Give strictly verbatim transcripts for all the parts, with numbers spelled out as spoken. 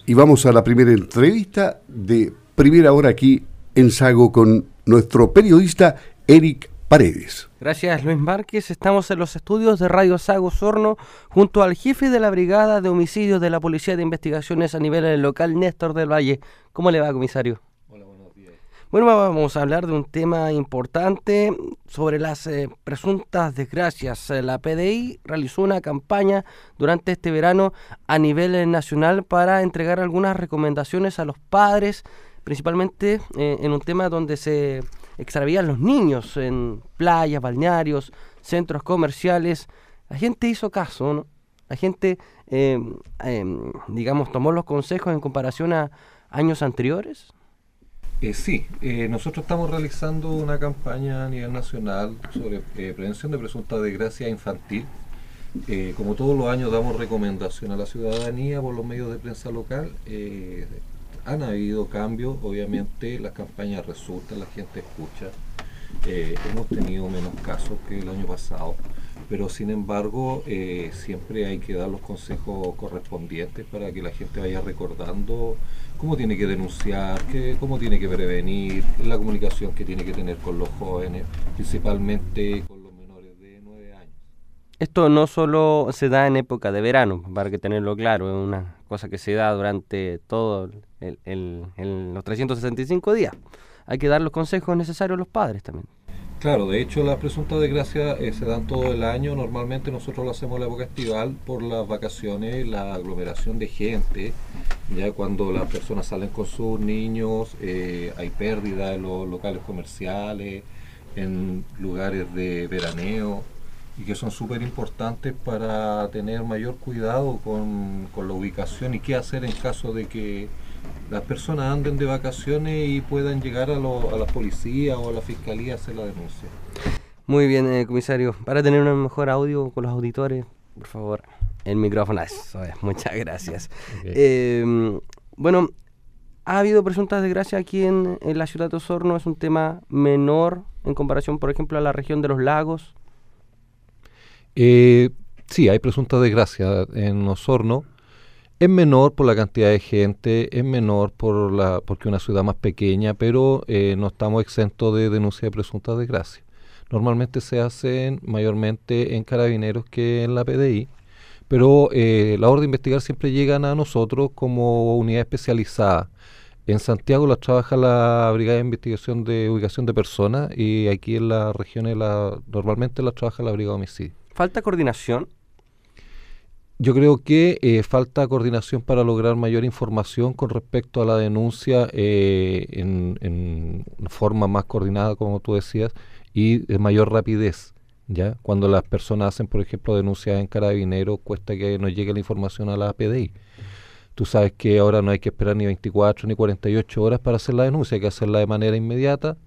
Y vamos a la primera entrevista de primera hora aquí en Sago con nuestro periodista Eric Paredes. Gracias, Luis Márquez. Estamos en los estudios de Radio Sago Osorno junto al jefe de la Brigada de Homicidios de la Policía de Investigaciones a nivel local, Néstor del Valle. ¿Cómo le va, comisario? Hola, buenos días. Bueno, vamos a hablar de un tema importante sobre las eh, presuntas desgracias. La P D I realizó una campaña durante este verano a nivel eh, nacional para entregar algunas recomendaciones a los padres, principalmente eh, en un tema donde se extravían los niños en playas, balnearios, centros comerciales. La gente hizo caso, ¿no? La gente, eh, eh, digamos, tomó los consejos en comparación a años anteriores. Eh, sí, eh, nosotros estamos realizando una campaña a nivel nacional sobre eh, prevención de presunta desgracia infantil. Eh, como todos los años damos recomendación a la ciudadanía por los medios de prensa local. Eh, han habido cambios, obviamente las campañas resultan, la gente escucha. Eh, hemos tenido menos casos que el año pasado, pero sin embargo eh, siempre hay que dar los consejos correspondientes para que la gente vaya recordando cómo tiene que denunciar, qué, cómo tiene que prevenir, la comunicación que tiene que tener con los jóvenes, principalmente con los menores de nueve años. Esto no solo se da en época de verano, para que tenerlo claro, es una cosa que se da durante todo el, el, el, los trescientos sesenta y cinco días. Hay que dar los consejos necesarios a los padres también. Claro, de hecho las presuntas desgracias eh, se dan todo el año. Normalmente nosotros lo hacemos en la época estival por las vacaciones, la aglomeración de gente, ya cuando las personas salen con sus niños, eh, hay pérdida en los locales comerciales, en lugares de veraneo, y que son súper importantes para tener mayor cuidado con, con la ubicación y qué hacer en caso de que las personas anden de vacaciones y puedan llegar a, lo, a la policía o a la fiscalía a hacer la denuncia. Muy bien, eh, comisario. Para tener un mejor audio con los auditores, por favor, el micrófono. Eso es, muchas gracias. Okay. Eh, bueno, ha habido presuntas desgracias aquí en, en la ciudad de Osorno. Es un tema menor en comparación, por ejemplo, a la región de los lagos. Eh, sí, hay presuntas desgracias en Osorno. Es menor por la cantidad de gente, es menor por la porque es una ciudad más pequeña, pero eh, no estamos exentos de denuncia de presuntas desgracias. Normalmente se hacen mayormente en Carabineros que en la P D I, pero eh, la orden de investigar siempre llegan a nosotros como unidad especializada. En Santiago las trabaja la Brigada de Investigación de Ubicación de Personas y aquí en las regiones la, normalmente las trabaja la Brigada de Homicidio. ¿Falta coordinación? Yo creo que eh, falta coordinación para lograr mayor información con respecto a la denuncia eh, en, en forma más coordinada, como tú decías, y de mayor rapidez. ¿Ya? Cuando las personas hacen, por ejemplo, denuncias en Carabineros, cuesta que nos llegue la información a la P D I. Tú sabes que ahora no hay que esperar ni veinticuatro ni cuarenta y ocho horas para hacer la denuncia, hay que hacerla de manera inmediata.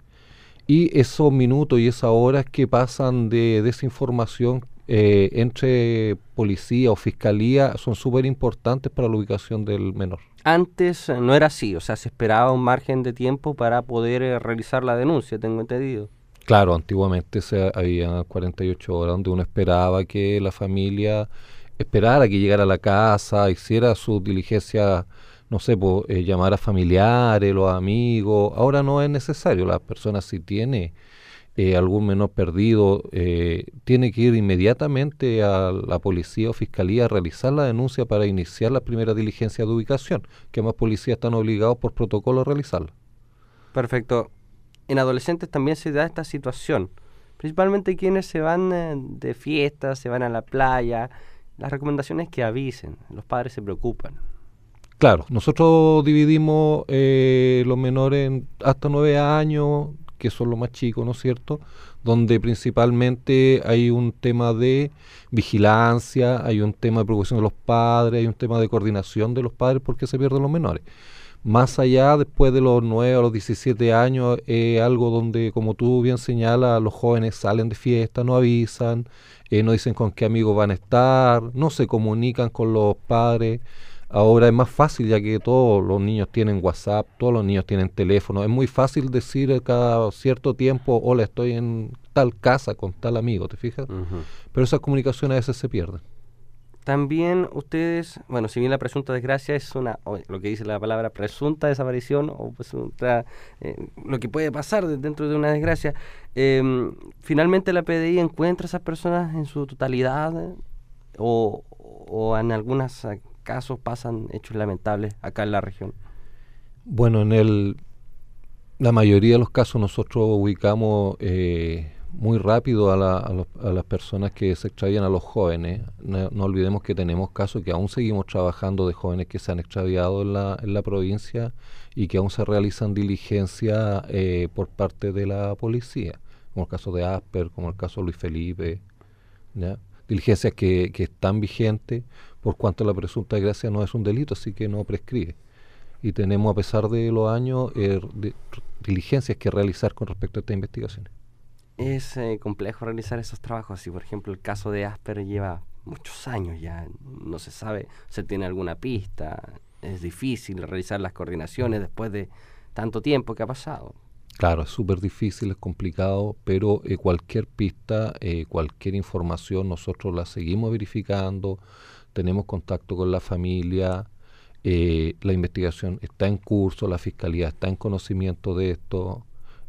Y esos minutos y esas horas que pasan de desinformación Eh, entre policía o fiscalía son súper importantes para la ubicación del menor. Antes no era así, o sea, se esperaba un margen de tiempo para poder eh, realizar la denuncia, tengo entendido. Claro, antiguamente se, había cuarenta y ocho horas donde uno esperaba que la familia esperara que llegara a la casa, hiciera su diligencia, no sé, pues, eh, llamar a familiares, los amigos. Ahora no es necesario, las personas si tienen Eh, algún menor perdido, eh, tiene que ir inmediatamente a la policía o fiscalía a realizar la denuncia para iniciar la primera diligencia de ubicación, que más policías están obligados por protocolo a realizarla. Perfecto. En adolescentes también se da esta situación, principalmente quienes se van eh, de fiesta, se van a la playa. Las recomendaciones que avisen, los padres se preocupan. Claro, nosotros dividimos eh, los menores en hasta nueve años, que son los más chicos, ¿no es cierto?, donde principalmente hay un tema de vigilancia, hay un tema de preocupación de los padres, hay un tema de coordinación de los padres porque se pierden los menores. Más allá, después de los nueve a los diecisiete años, es eh, algo donde, como tú bien señalas, los jóvenes salen de fiesta, no avisan, eh, no dicen con qué amigos van a estar, no se comunican con los padres. Ahora es más fácil, ya que todos los niños tienen WhatsApp, todos los niños tienen teléfono. Es muy fácil decir cada cierto tiempo, hola, estoy en tal casa con tal amigo, ¿te fijas? Uh-huh. Pero esas comunicaciones a veces se pierden. también ustedes, bueno, si bien la presunta desgracia es una, o lo que dice la palabra presunta desaparición, o presunta, eh, lo que puede pasar de, dentro de una desgracia, eh, finalmente la P D I encuentra a esas personas en su totalidad, eh, o, o en algunos casos pasan hechos lamentables acá en la región. Bueno, en el la mayoría de los casos nosotros ubicamos eh, muy rápido a, la, a, los, a las personas que se extravían, a los jóvenes. No, no olvidemos que tenemos casos que aún seguimos trabajando de jóvenes que se han extraviado en la, en la provincia y que aún se realizan diligencias eh, por parte de la policía, como el caso de Asper, como el caso de Luis Felipe, ¿ya? Diligencias que, que están vigentes por cuanto la presunta desgracia no es un delito, así que no prescribe. Y tenemos, a pesar de los años, eh, de, diligencias que realizar con respecto a estas investigaciones. Es eh, complejo realizar esos trabajos. Si, por ejemplo, el caso de Asper lleva muchos años ya, no se sabe, se tiene alguna pista, es difícil realizar las coordinaciones después de tanto tiempo que ha pasado. Claro, es súper difícil, es complicado, pero eh, cualquier pista, eh, cualquier información, nosotros la seguimos verificando, tenemos contacto con la familia. Eh, la investigación está en curso, la Fiscalía está en conocimiento de esto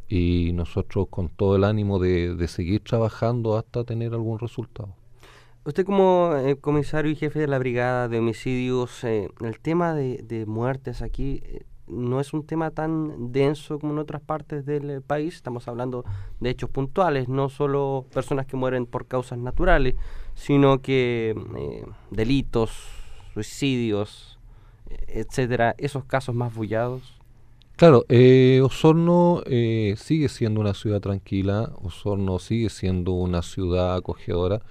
y nosotros con todo el ánimo de, de seguir trabajando hasta tener algún resultado. Usted como eh, comisario y jefe de la Brigada de Homicidios, eh, el tema de, de muertes aquí eh, no es un tema tan denso como en otras partes del eh, país. Estamos hablando de hechos puntuales, no solo personas que mueren por causas naturales, sino que eh, delitos, suicidios, etcétera, esos casos más bullados. Claro, eh, Osorno eh, sigue siendo una ciudad tranquila, Osorno sigue siendo una ciudad acogedora,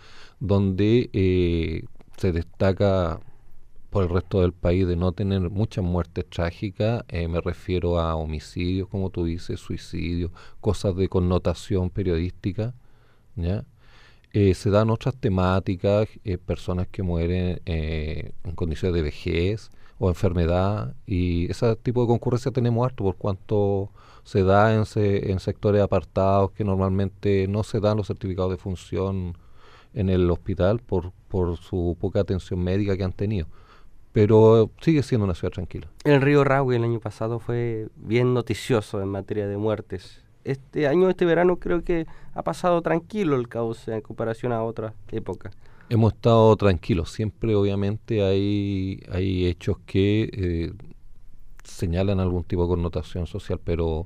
donde eh, se destaca por el resto del país de no tener muchas muertes trágicas. Eh, me refiero a homicidios, como tú dices, suicidios, cosas de connotación periodística, ¿ya? Eh, se dan otras temáticas, eh, personas que mueren eh, en condiciones de vejez o enfermedad, y ese tipo de concurrencia tenemos harto por cuanto se da en, se, en sectores apartados que normalmente no se dan los certificados de función en el hospital por, por su poca atención médica que han tenido. Pero sigue siendo una ciudad tranquila. El río Rahue el año pasado fue bien noticioso en materia de muertes. Este año, este verano, creo que ha pasado tranquilo el cauce en comparación a otras épocas. Hemos estado tranquilos. Siempre, obviamente, hay, hay hechos que eh, señalan algún tipo de connotación social, pero,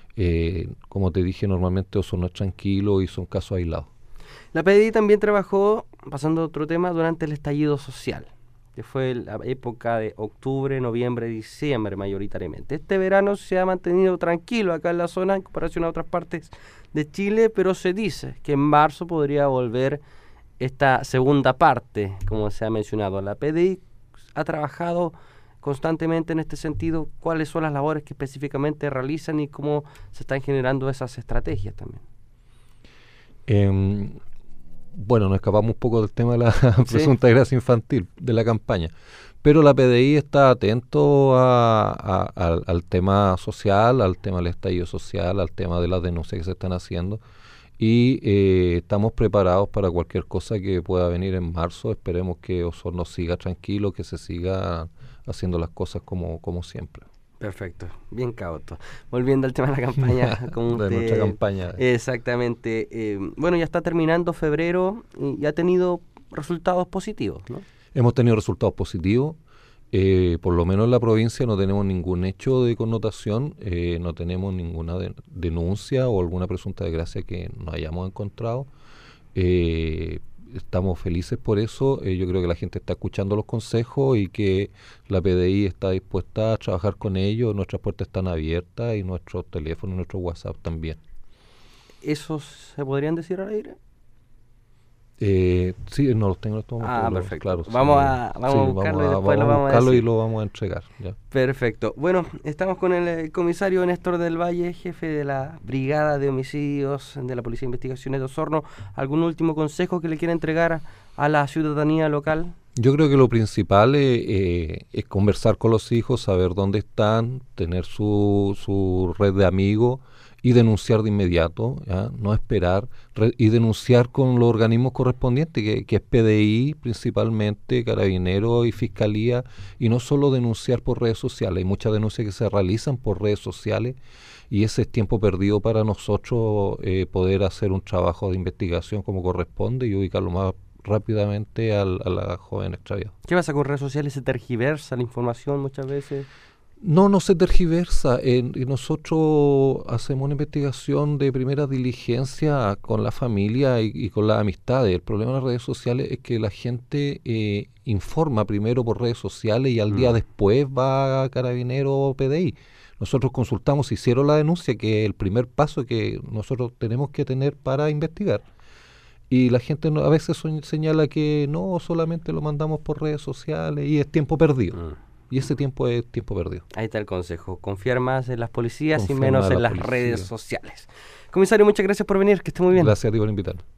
eh, como te dije, normalmente eso no es tranquilo y son casos aislados. La P D I también trabajó, pasando a otro tema, durante el estallido social, que fue la época de octubre, noviembre, diciembre mayoritariamente. Este verano se ha mantenido tranquilo acá en la zona en comparación a otras partes de Chile, pero se dice que en marzo podría volver esta segunda parte, como se ha mencionado. La P D I ha trabajado constantemente en este sentido. ¿Cuáles son las labores que específicamente realizan y cómo se están generando esas estrategias también? Eh, bueno, nos escapamos un poco del tema de la presunta desgracia infantil de la campaña, pero la P D I está atento a, a, a, al tema social, al tema del estallido social, al tema de las denuncias que se están haciendo, y eh, estamos preparados para cualquier cosa que pueda venir en marzo. Esperemos que Osorno siga tranquilo, que se siga haciendo las cosas como, como siempre. Perfecto, bien cauto. Volviendo al tema de la campaña, como de usted, nuestra campaña. Exactamente. Eh, bueno, ya está terminando febrero y ha tenido resultados positivos, ¿no? Hemos tenido resultados positivos. Eh, por lo menos en la provincia no tenemos ningún hecho de connotación, eh, no tenemos ninguna de, denuncia o alguna presunta desgracia que no hayamos encontrado. Eh, estamos felices por eso. Eh, yo creo que la gente está escuchando los consejos y que la P D I está dispuesta a trabajar con ellos. Nuestras puertas están abiertas y nuestros teléfonos, nuestro WhatsApp también. ¿Esos se podrían decir al aire? Eh, sí, no los tengo en estos momentos. Ah, los, perfecto. Claro, vamos sí, a, vamos sí, a buscarlo vamos y después a, lo vamos vamos a buscarlo decir. y lo vamos a entregar. Ya. Perfecto. Bueno, estamos con el, el comisario Néstor del Valle, jefe de la Brigada de Homicidios de la Policía de Investigaciones de Osorno. ¿Algún último consejo que le quiera entregar a la ciudadanía local? Yo creo que lo principal es, eh, es conversar con los hijos, saber dónde están, tener su, su red de amigos y denunciar de inmediato, ¿ya? No esperar, re, y denunciar con los organismos correspondientes, que, que es P D I principalmente, Carabineros y Fiscalía, y no solo denunciar por redes sociales. Hay muchas denuncias que se realizan por redes sociales y ese es tiempo perdido para nosotros eh, poder hacer un trabajo de investigación como corresponde y ubicarlo más rápidamente al, a la joven extraviada. ¿Qué pasa con redes sociales? ¿Se tergiversa la información muchas veces? No, no se tergiversa. Eh, nosotros hacemos una investigación de primera diligencia con la familia y, y con las amistades. El problema de las redes sociales es que la gente eh, informa primero por redes sociales y al mm. día después va a Carabineros o P D I. Nosotros consultamos si hicieron la denuncia, que es el primer paso que nosotros tenemos que tener para investigar. Y la gente no, a veces son, señala que no, solamente lo mandamos por redes sociales y es tiempo perdido. Mm. Y ese tiempo es tiempo perdido. Ahí está el consejo. Confiar más en las policías Confiar y menos en las policía. redes sociales. Comisario, muchas gracias por venir. Que esté muy bien. Gracias a ti por invitarme.